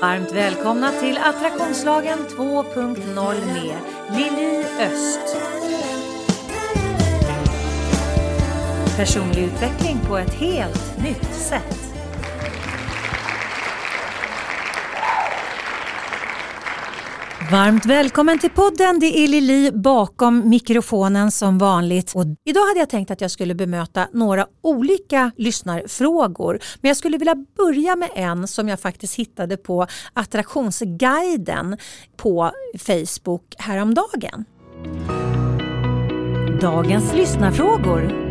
Varmt välkomna till Attraktionslagen 2.0 med Lili Öst. Personlig utveckling på ett helt nytt sätt. Varmt välkommen till podden. Det är Lili bakom mikrofonen som vanligt. Och idag hade jag tänkt att jag skulle bemöta några olika lyssnarfrågor. Men jag skulle vilja börja med en som jag faktiskt hittade på Attraktionsguiden på Facebook häromdagen. Dagens lyssnarfrågor.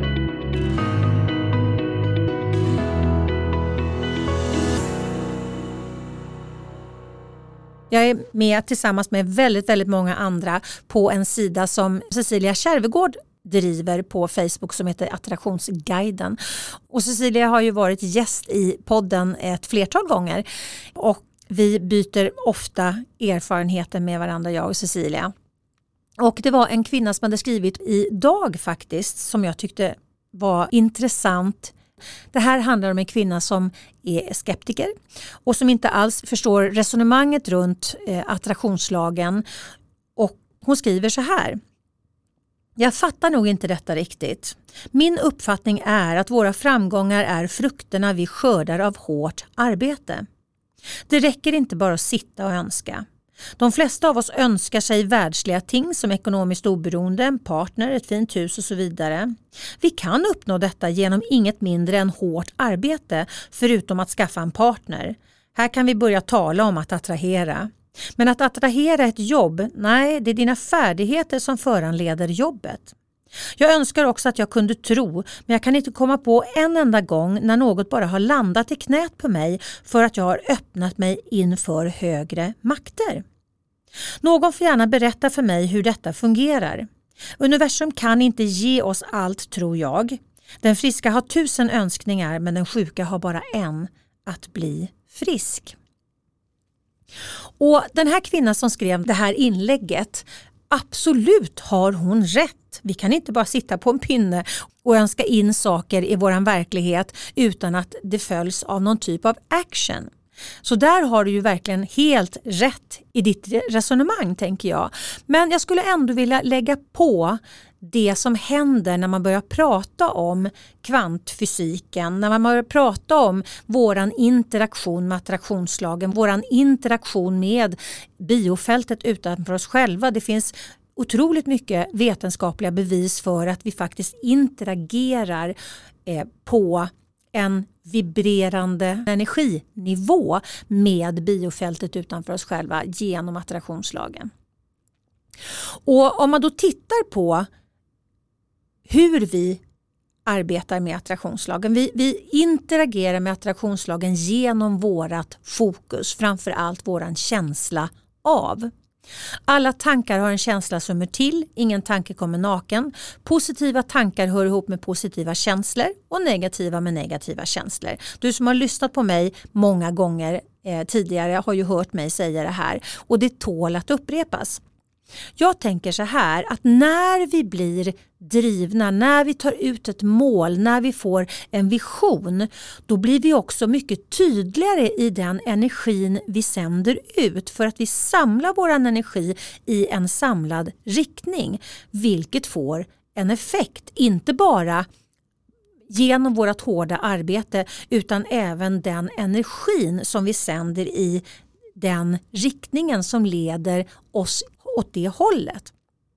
Jag är med tillsammans med väldigt många andra på en sida som Cecilia Kärvegård driver på Facebook som heter Attraktionsguiden. Och Cecilia har ju varit gäst i podden ett flertal gånger och vi byter ofta erfarenheter med varandra, jag och Cecilia. Och det var en kvinna som hade skrivit idag faktiskt som jag tyckte var intressant. Det här handlar om en kvinna som är skeptiker och som inte alls förstår resonemanget runt attraktionslagen. Och hon skriver så här. Jag fattar nog inte detta riktigt. Min uppfattning är att våra framgångar är frukterna vi skördar av hårt arbete. Det räcker inte bara att sitta och önska. De flesta av oss önskar sig världsliga ting som ekonomiskt oberoende, en partner, ett fint hus och så vidare. Vi kan uppnå detta genom inget mindre än hårt arbete förutom att skaffa en partner. Här kan vi börja tala om att attrahera. Men att attrahera ett jobb, nej, det är dina färdigheter som föranleder jobbet. Jag önskar också att jag kunde tro, men jag kan inte komma på en enda gång när något bara har landat i knät på mig för att jag har öppnat mig inför högre makter. Någon får gärna berätta för mig hur detta fungerar. Universum kan inte ge oss allt, tror jag. Den friska har 1000 önskningar, men den sjuka har bara en, att bli frisk. Och den här kvinnan som skrev det här inlägget, absolut har hon rätt. Vi kan inte bara sitta på en pinne och önska in saker i våran verklighet utan att det följs av någon typ av action. Så där har du ju verkligen helt rätt i ditt resonemang, tänker jag. Men jag skulle ändå vilja lägga på det som händer när man börjar prata om kvantfysiken, när man börjar prata om våran interaktion med attraktionslagen, våran interaktion med biofältet utanför oss själva. Det finns otroligt mycket vetenskapliga bevis för att vi faktiskt interagerar på en vibrerande energinivå med biofältet utanför oss själva genom attraktionslagen. Och om man då tittar på hur vi arbetar med attraktionslagen. Vi interagerar med attraktionslagen genom vårat fokus, framförallt våran känsla av. Alla tankar har en känsla som är till, ingen tanke kommer naken. Positiva tankar hör ihop med positiva känslor och negativa med negativa känslor. Du som har lyssnat på mig många gånger tidigare har ju hört mig säga det här och det tål att upprepas. Jag tänker så här att när vi blir drivna, när vi tar ut ett mål, när vi får en vision, då blir vi också mycket tydligare i den energin vi sänder ut för att vi samlar vår energi i en samlad riktning, vilket får en effekt, inte bara genom vårt hårda arbete utan även den energin som vi sänder i den riktningen som leder oss åt det hållet.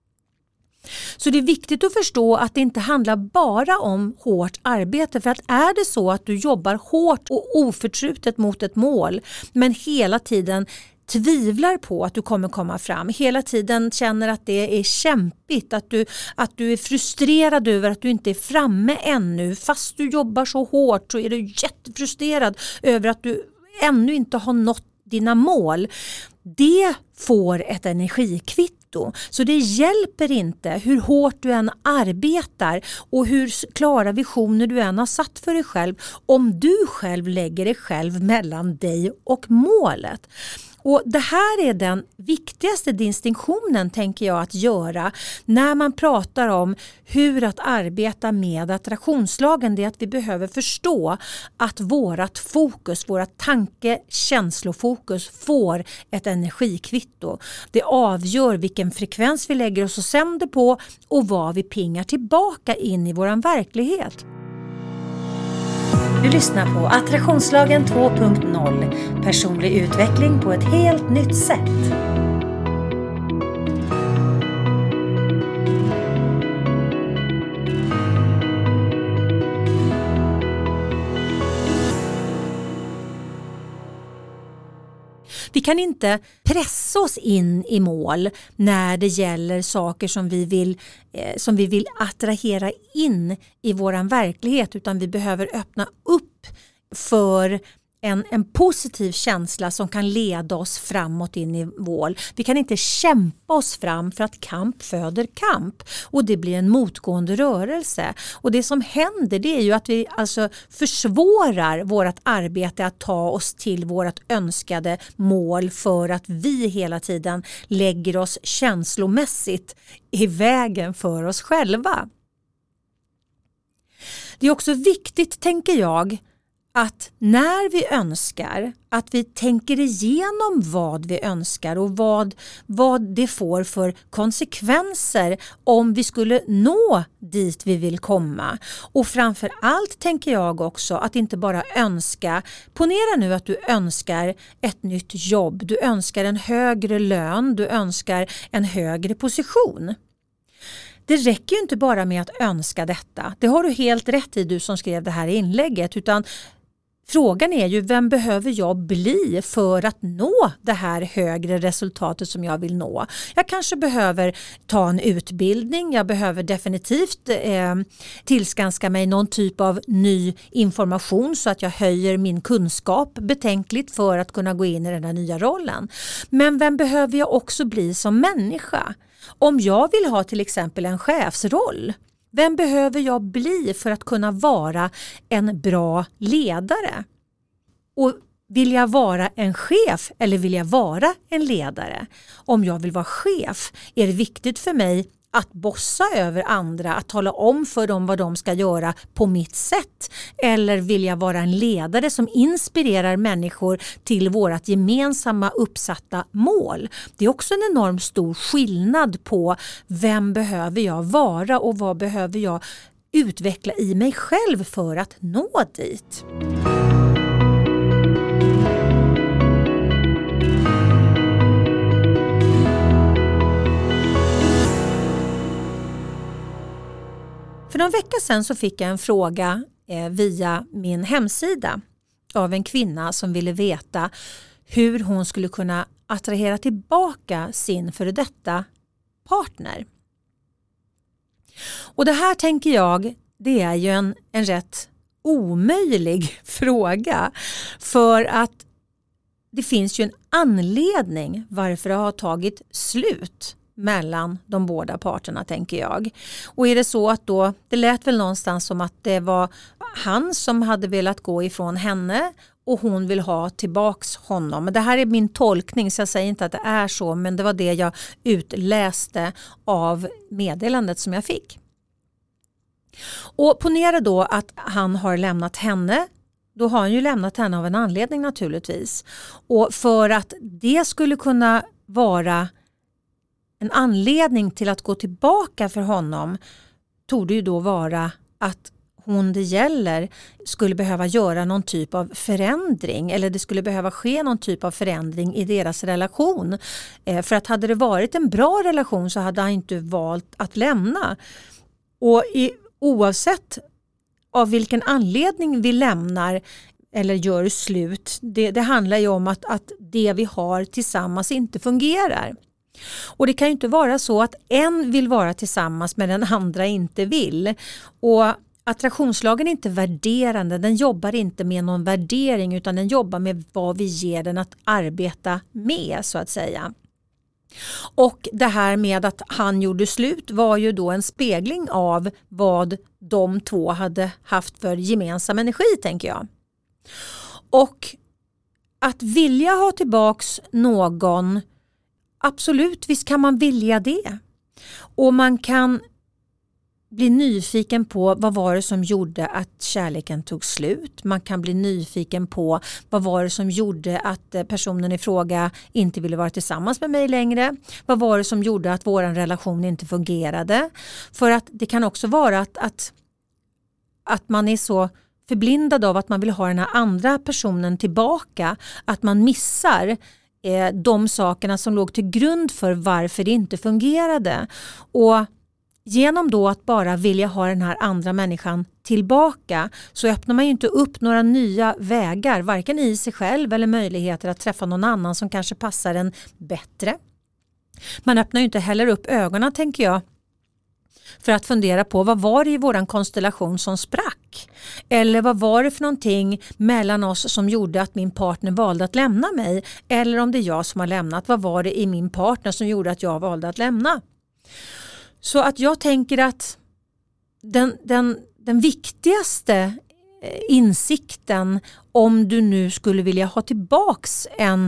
Så det är viktigt att förstå att det inte handlar bara om hårt arbete, för att är det så att du jobbar hårt och oförtrutet mot ett mål men hela tiden tvivlar på att du kommer komma fram, hela tiden känner att det är kämpigt, att du är frustrerad över att du inte är framme ännu, fast du jobbar så hårt så är du jättefrustrerad över att du ännu inte har nått dina mål. Det får ett energikvitto. Så det hjälper inte hur hårt du än arbetar och hur klara visioner du än har satt för dig själv om du själv lägger dig själv mellan dig och målet. Och det här är den viktigaste distinktionen, tänker jag, att göra när man pratar om hur att arbeta med attraktionslagen. Det är att vi behöver förstå att vårat fokus, våra tanke-känslofokus får ett energikvitto. Det avgör vilken frekvens vi lägger oss och sänder på och vad vi pingar tillbaka in i våran verklighet. Du lyssnar på Attraktionslagen 2.0. Personlig utveckling på ett helt nytt sätt. Vi kan inte pressa oss in i mål när det gäller saker som vi vill attrahera in i våran verklighet, utan vi behöver öppna upp för en positiv känsla som kan leda oss framåt in i mål. Vi kan inte kämpa oss fram, för att kamp föder kamp och det blir en motgående rörelse. Och det som händer, det är ju att vi alltså försvårar vårt arbete att ta oss till vårt önskade mål, för att vi hela tiden lägger oss känslomässigt i vägen för oss själva. Det är också viktigt, tänker jag, att när vi önskar, att vi tänker igenom vad vi önskar och vad det får för konsekvenser om vi skulle nå dit vi vill komma. Och framför allt tänker jag också att inte bara önska. Ponera nu att du önskar ett nytt jobb, du önskar en högre lön, du önskar en högre position. Det räcker ju inte bara med att önska detta. Det har du helt rätt i, du som skrev det här inlägget, utan frågan är ju, vem behöver jag bli för att nå det här högre resultatet som jag vill nå? Jag kanske behöver ta en utbildning, jag behöver definitivt tillskanska mig någon typ av ny information så att jag höjer min kunskap betänkligt för att kunna gå in i den här nya rollen. Men vem behöver jag också bli som människa? Om jag vill ha till exempel en chefsroll, vem behöver jag bli för att kunna vara en bra ledare? Och vill jag vara en chef eller vill jag vara en ledare? Om jag vill vara chef är det viktigt för mig att bossa över andra, att tala om för dem vad de ska göra på mitt sätt. Eller vill jag vara en ledare som inspirerar människor till vårat gemensamma uppsatta mål? Det är också en enormt stor skillnad på vem behöver jag vara och vad behöver jag utveckla i mig själv för att nå dit. För någon vecka sedan så fick jag en fråga via min hemsida av en kvinna som ville veta hur hon skulle kunna attrahera tillbaka sin före detta partner. Och det här tänker jag, det är ju en rätt omöjlig fråga, för att det finns ju en anledning varför det har tagit slut mellan de båda parterna, tänker jag. Och är det så att då, det lät väl någonstans som att det var han som hade velat gå ifrån henne och hon vill ha tillbaks honom. Men det här är min tolkning, så jag säger inte att det är så, men det var det jag utläste av meddelandet som jag fick. Och ponera då att han har lämnat henne. Då har han ju lämnat henne av en anledning naturligtvis. Och för att det skulle kunna vara en anledning till att gå tillbaka för honom, tog det ju då vara att hon det gäller skulle behöva göra någon typ av förändring, eller det skulle behöva ske någon typ av förändring i deras relation. För att hade det varit en bra relation så hade han inte valt att lämna. Och oavsett av vilken anledning vi lämnar eller gör slut, det handlar ju om att det vi har tillsammans inte fungerar. Och det kan ju inte vara så att en vill vara tillsammans men den andra inte vill. Och attraktionslagen är inte värderande, den jobbar inte med någon värdering, utan den jobbar med vad vi ger den att arbeta med, så att säga. Och det här med att han gjorde slut var ju då en spegling av vad de två hade haft för gemensam energi, tänker jag. Och att vilja ha tillbaks någon, absolut, visst kan man vilja det. Och man kan bli nyfiken på vad var det som gjorde att kärleken tog slut. Man kan bli nyfiken på vad var det som gjorde att personen i fråga inte ville vara tillsammans med mig längre. Vad var det som gjorde att vår relation inte fungerade. För att det kan också vara att man är så förblindad av att man vill ha den här andra personen tillbaka. Att man missar de sakerna som låg till grund för varför det inte fungerade. Och genom då att bara vilja ha den här andra människan tillbaka så öppnar man ju inte upp några nya vägar, varken i sig själv eller möjligheter att träffa någon annan som kanske passar en bättre. Man öppnar ju inte heller upp ögonen, tänker jag, för att fundera på vad var det i våran konstellation som sprack? Eller vad var det för någonting mellan oss som gjorde att min partner valde att lämna mig? Eller om det är jag som har lämnat, vad var det i min partner som gjorde att jag valde att lämna? Så att jag tänker att den viktigaste insikten, om du nu skulle vilja ha tillbaks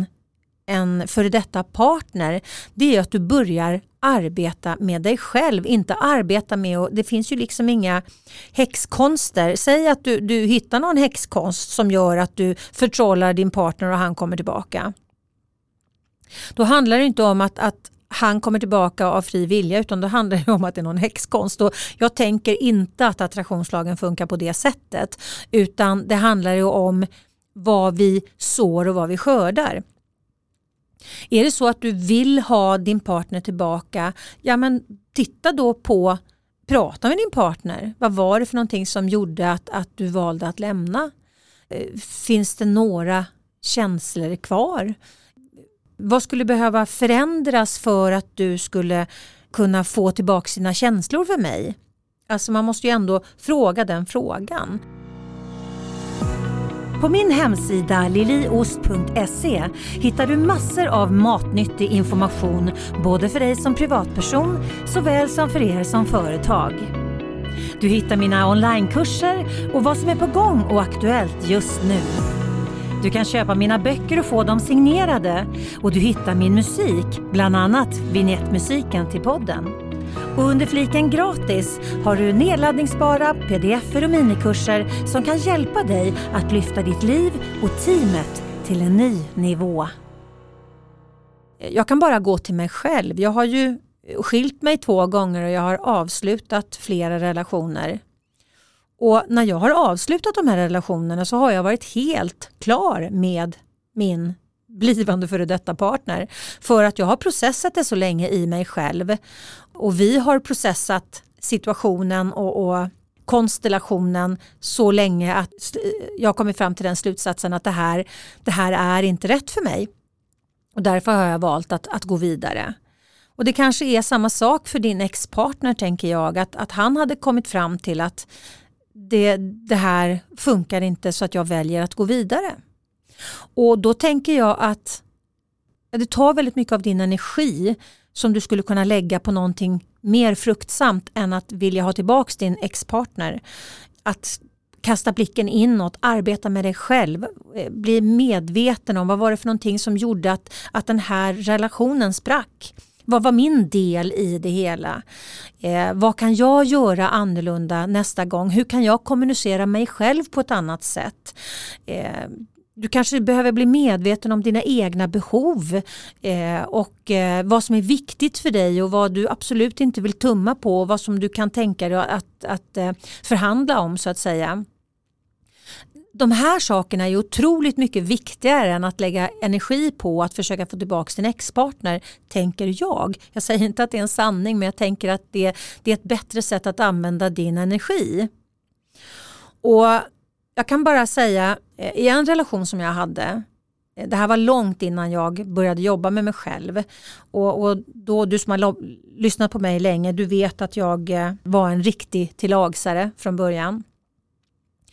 en före detta partner, det är att du börjar arbeta med dig själv, inte arbeta med, och det finns ju liksom inga häxkonster. Säg att du hittar någon häxkonst som gör att du förtrollar din partner och han kommer tillbaka. Då handlar det inte om att han kommer tillbaka av fri vilja, utan då handlar det om att det är någon häxkonst. Och jag tänker inte att attraktionslagen funkar på det sättet, utan det handlar ju om vad vi sår och vad vi skördar. Är det så att du vill ha din partner tillbaka, ja men titta då på, prata med din partner. Vad var det för någonting som gjorde att du valde att lämna? Finns det några känslor kvar? Vad skulle behöva förändras för att du skulle kunna få tillbaka sina känslor för mig? Alltså man måste ju ändå fråga den frågan. På min hemsida liliost.se hittar du massor av matnyttig information, både för dig som privatperson såväl som för er som företag. Du hittar mina onlinekurser och vad som är på gång och aktuellt just nu. Du kan köpa mina böcker och få dem signerade, och du hittar min musik, bland annat vignettmusiken till podden. Och under fliken gratis har du nedladdningsbara pdf-er och minikurser som kan hjälpa dig att lyfta ditt liv och teamet till en ny nivå. Jag kan bara gå till mig själv. Jag har ju skilt mig 2 gånger och jag har avslutat flera relationer. Och när jag har avslutat de här relationerna så har jag varit helt klar med min blivande före detta partner, för att jag har processat det så länge i mig själv, och vi har processat situationen och konstellationen så länge att jag kommer fram till den slutsatsen att det här är inte rätt för mig, och därför har jag valt att gå vidare. Och det kanske är samma sak för din ex-partner, tänker jag, att han hade kommit fram till att det här funkar inte, så att jag väljer att gå vidare. Och då tänker jag att det tar väldigt mycket av din energi som du skulle kunna lägga på någonting mer fruktsamt än att vilja ha tillbaka din ex-partner. Att kasta blicken inåt, arbeta med dig själv, bli medveten om vad var det för någonting som gjorde att den här relationen sprack. Vad var min del i det hela? Vad kan jag göra annorlunda nästa gång? Hur kan jag kommunicera mig själv på ett annat sätt? Du kanske behöver bli medveten om dina egna behov och vad som är viktigt för dig och vad du absolut inte vill tumma på, och vad som du kan tänka dig att förhandla om, så att säga. De här sakerna är otroligt mycket viktigare än att lägga energi på att försöka få tillbaka sin ex-partner, tänker jag. Jag säger inte att det är en sanning, men jag tänker att det är ett bättre sätt att använda din energi. Och jag kan bara säga, i en relation som jag hade, det här var långt innan jag började jobba med mig själv, och då, du som har lyssnat på mig länge, du vet att jag var en riktig tillagsare från början.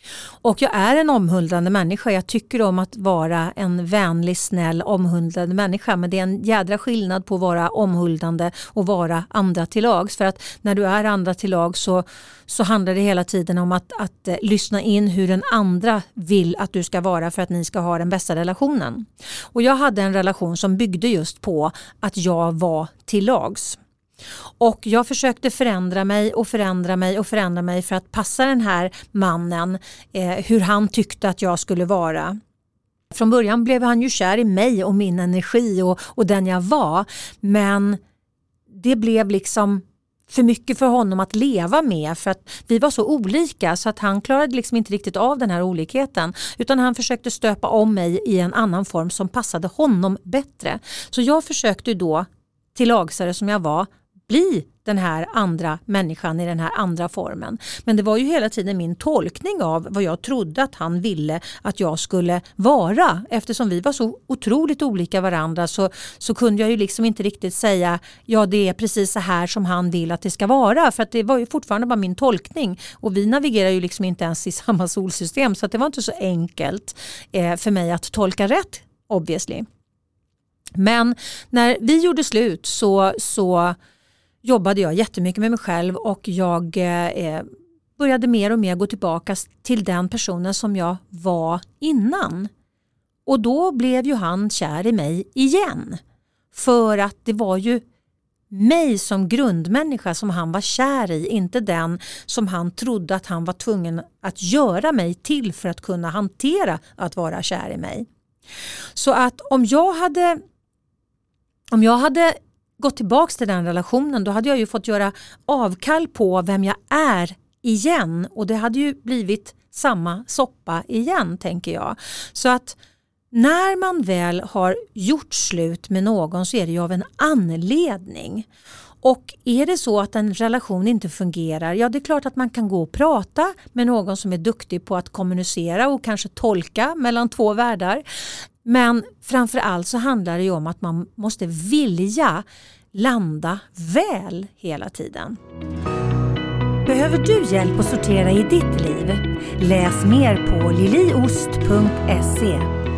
Och jag är en omhuldande människa. Jag tycker om att vara en vänlig, snäll, omhuldande människa. Men det är en jädra skillnad på att vara omhuldande och vara andra till lags. För att när du är andra till lags så handlar det hela tiden om att lyssna in hur den andra vill att du ska vara för att ni ska ha den bästa relationen. Och jag hade en relation som byggde just på att jag var till lags. Och jag försökte förändra mig för att passa den här mannen, hur han tyckte att jag skulle vara. Från början blev han ju kär i mig och min energi och den jag var. Men det blev liksom för mycket för honom att leva med, för att vi var så olika så att han klarade liksom inte riktigt av den här olikheten, utan han försökte stöpa om mig i en annan form som passade honom bättre. Så jag försökte då, till lagsare som jag var, bli den här andra människan i den här andra formen. Men det var ju hela tiden min tolkning av vad jag trodde att han ville att jag skulle vara. Eftersom vi var så otroligt olika varandra så kunde jag ju liksom inte riktigt säga ja, det är precis så här som han vill att det ska vara. För att det var ju fortfarande bara min tolkning. Och vi navigerar ju liksom inte ens i samma solsystem, så att det var inte så enkelt för mig att tolka rätt, obviously. Men när vi gjorde slut så jobbade jag jättemycket med mig själv och jag började mer och mer gå tillbaka till den personen som jag var innan. Och då blev ju han kär i mig igen. För att det var ju mig som grundmänniska som han var kär i, inte den som han trodde att han var tvungen att göra mig till för att kunna hantera att vara kär i mig. Så att om jag hade gått tillbaka till den relationen, då hade jag ju fått göra avkall på vem jag är igen, och det hade ju blivit samma soppa igen, tänker jag. Så att när man väl har gjort slut med någon så är det ju av en anledning. Och är det så att en relation inte fungerar, ja, det är klart att man kan gå och prata med någon som är duktig på att kommunicera och kanske tolka mellan två världar. Men framförallt så handlar det ju om att man måste vilja landa väl hela tiden. Behöver du hjälp att sortera i ditt liv? Läs mer på liliost.se.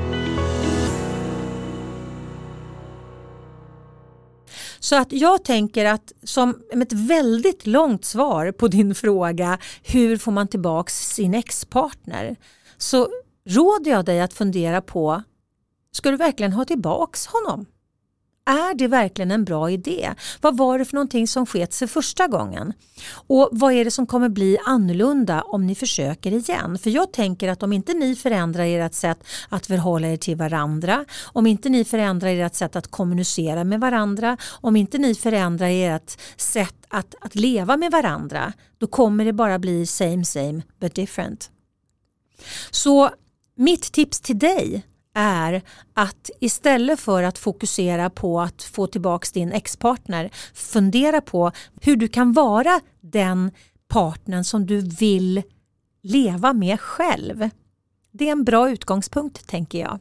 Så att jag tänker att som ett väldigt långt svar på din fråga, hur får man tillbaka sin ex-partner, så råder jag dig att fundera på, ska du verkligen ha tillbaks honom? Är det verkligen en bra idé? Vad var det för någonting som sket sig första gången? Och vad är det som kommer bli annorlunda om ni försöker igen? För jag tänker att om inte ni förändrar ert sätt att förhålla er till varandra, om inte ni förändrar ert sätt att kommunicera med varandra, om inte ni förändrar ert sätt att leva med varandra, då kommer det bara bli same but different. Så mitt tips till dig är att istället för att fokusera på att få tillbaka din ex-partner, fundera på hur du kan vara den partnern som du vill leva med själv. Det är en bra utgångspunkt, tänker jag.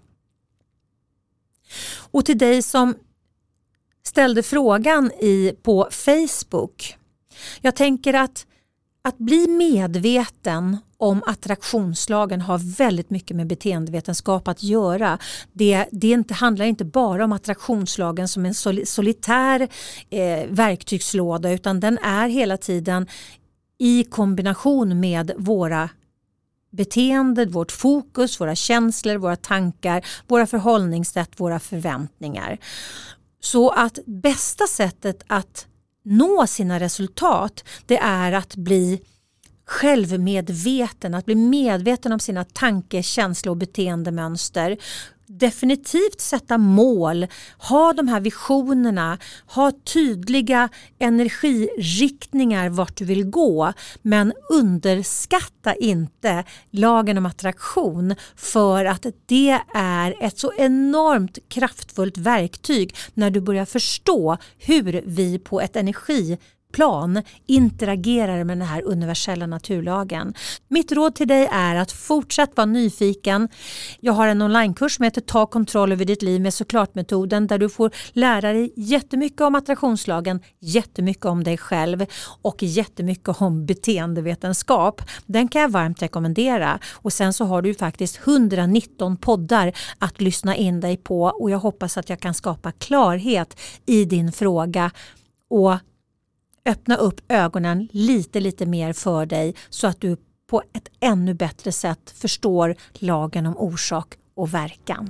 Och till dig som ställde frågan på Facebook. Jag tänker att bli medveten om attraktionslagen har väldigt mycket med beteendevetenskap att göra. Det handlar inte bara om attraktionslagen som en solitär verktygslåda, utan den är hela tiden i kombination med våra beteenden, vårt fokus, våra känslor, våra tankar, våra förhållningssätt, våra förväntningar. Så att bästa sättet att nå sina resultat, det är att bli självmedveten, att bli medveten om sina tankar, känslor och beteendemönster. Definitivt sätta mål, ha de här visionerna, ha tydliga energiriktningar vart du vill gå, men underskatta inte lagen om attraktion, för att det är ett så enormt kraftfullt verktyg när du börjar förstå hur vi på ett plan interagerar med den här universella naturlagen. Mitt råd till dig är att fortsätta vara nyfiken. Jag har en onlinekurs som heter Ta kontroll över ditt liv med såklart-metoden, där du får lära dig jättemycket om attraktionslagen, jättemycket om dig själv och jättemycket om beteendevetenskap. Den kan jag varmt rekommendera. Och sen så har du faktiskt 119 poddar att lyssna in dig på, och jag hoppas att jag kan skapa klarhet i din fråga och öppna upp ögonen lite mer för dig, så att du på ett ännu bättre sätt förstår lagen om orsak och verkan.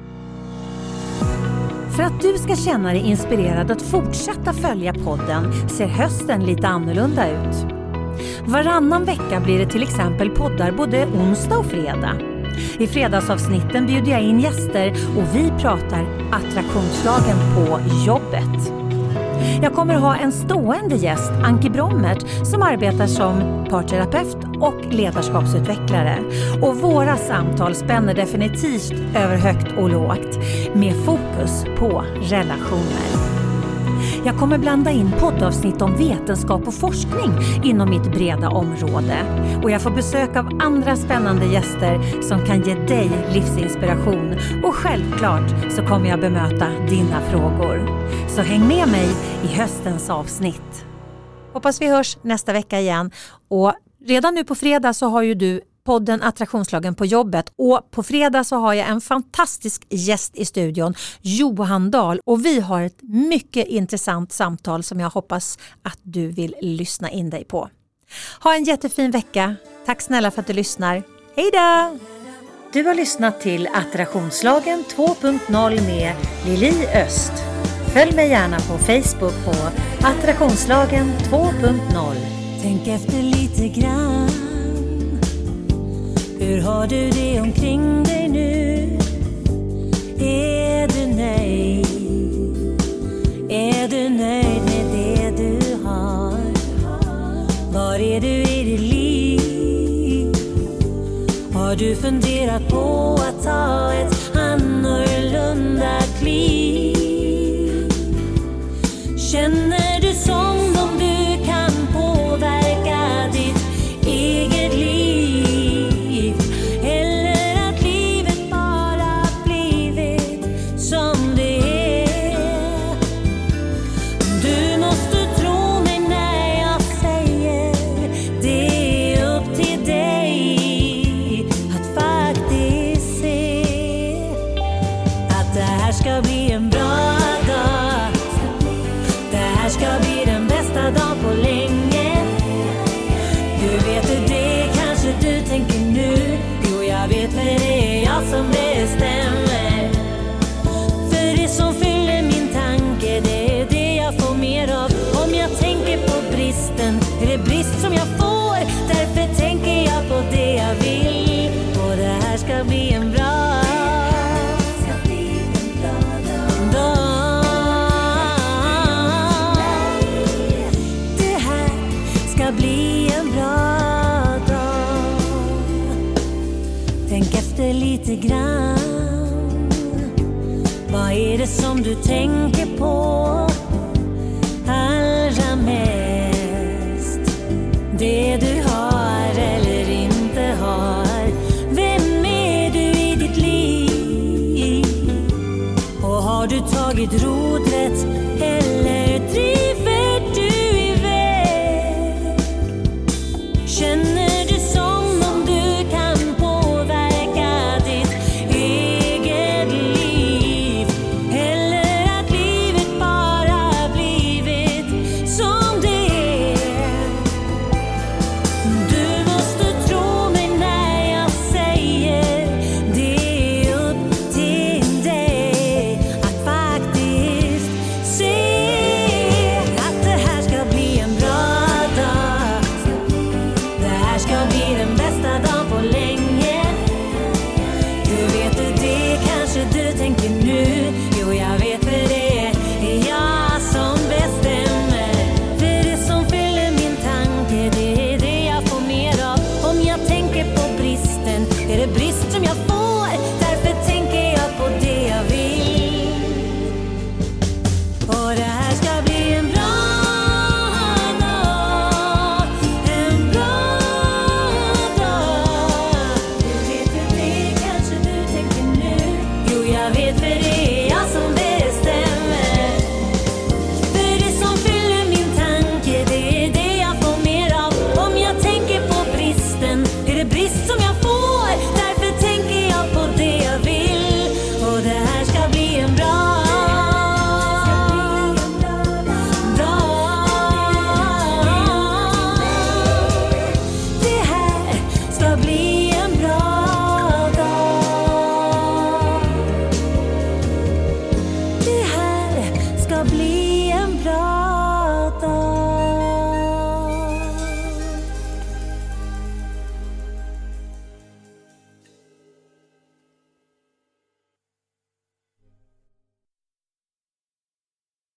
För att du ska känna dig inspirerad att fortsätta följa podden ser hösten lite annorlunda ut. Varannan vecka blir det till exempel poddar både onsdag och fredag. I fredagsavsnitten bjuder jag in gäster och vi pratar attraktionslagen på jobbet. Jag kommer ha en stående gäst, Anki Brommert, som arbetar som parterapeut och ledarskapsutvecklare. Och våra samtal spänner definitivt över högt och lågt, med fokus på relationer. Jag kommer blanda in poddavsnitt om vetenskap och forskning inom mitt breda område. Och jag får besök av andra spännande gäster som kan ge dig livsinspiration. Och självklart så kommer jag bemöta dina frågor. Så häng med mig i höstens avsnitt. Hoppas vi hörs nästa vecka igen. Och redan nu på fredag så har ju du podden Attraktionslagen på jobbet, och på fredag så har jag en fantastisk gäst i studion, Johan Dahl, och vi har ett mycket intressant samtal som jag hoppas att du vill lyssna in dig på. Ha en jättefin vecka. Tack snälla för att du lyssnar. Hej då! Du har lyssnat till Attraktionslagen 2.0 med Lili Öst. Följ mig gärna på Facebook på Attraktionslagen 2.0. Tänk efter lite grann. Hur har du det omkring dig nu? Är du nöjd? Är du nöjd med det du har? Var är du i ditt liv? Har du funderat på att ta ett annorlunda kliv? Känner du som om du kan påverka ditt eget liv? Eller att livet bara blivit som det är? Du måste tro mig när jag säger det är upp till dig att faktiskt se att det här ska bli en bra dag. Det här ska bli den bästa dagen på länge. Du vet hur det kanske du tänker nu. Jo, jag vet för det är jag som bestämmer. För det som fyller min tanke, det är det jag får mer av. Om jag tänker på bristen, är det brist som jag får. Därför tänker jag på det jag vill. Och det här ska bli en bra dag. Det här ska bli en bra dag. Tänk efter lite grann. Vad är det som du tänker på allra mest? Det du har eller inte har. Vem är du i ditt liv? Och har du tagit rodret eller driver du iväg? Känner du som om du kan påverka ditt eget liv? Eller att livet bara blivit som det är? Du måste tro mig när jag säger det är upp till dig att faktiskt se att det här ska bli en bra dag. Det här ska bli den bästa dagen på länge. Du vet hur det kanske du tänker nu. Jo, jag vet för det är jag som bestämmer. För det som fyller min tanke, det är det jag får mer av. Om jag tänker på bristen, är det brist som jag får. Därför tänker jag på det jag vill. Och det här ska bli en bra jag vet för det är jag som bestämmer. För det som fyller min tanke, det är det jag får mer av. Om jag tänker på bristen, är det brist som jag får. Därför tänker jag på det jag vill. Och det här ska bli en bra bli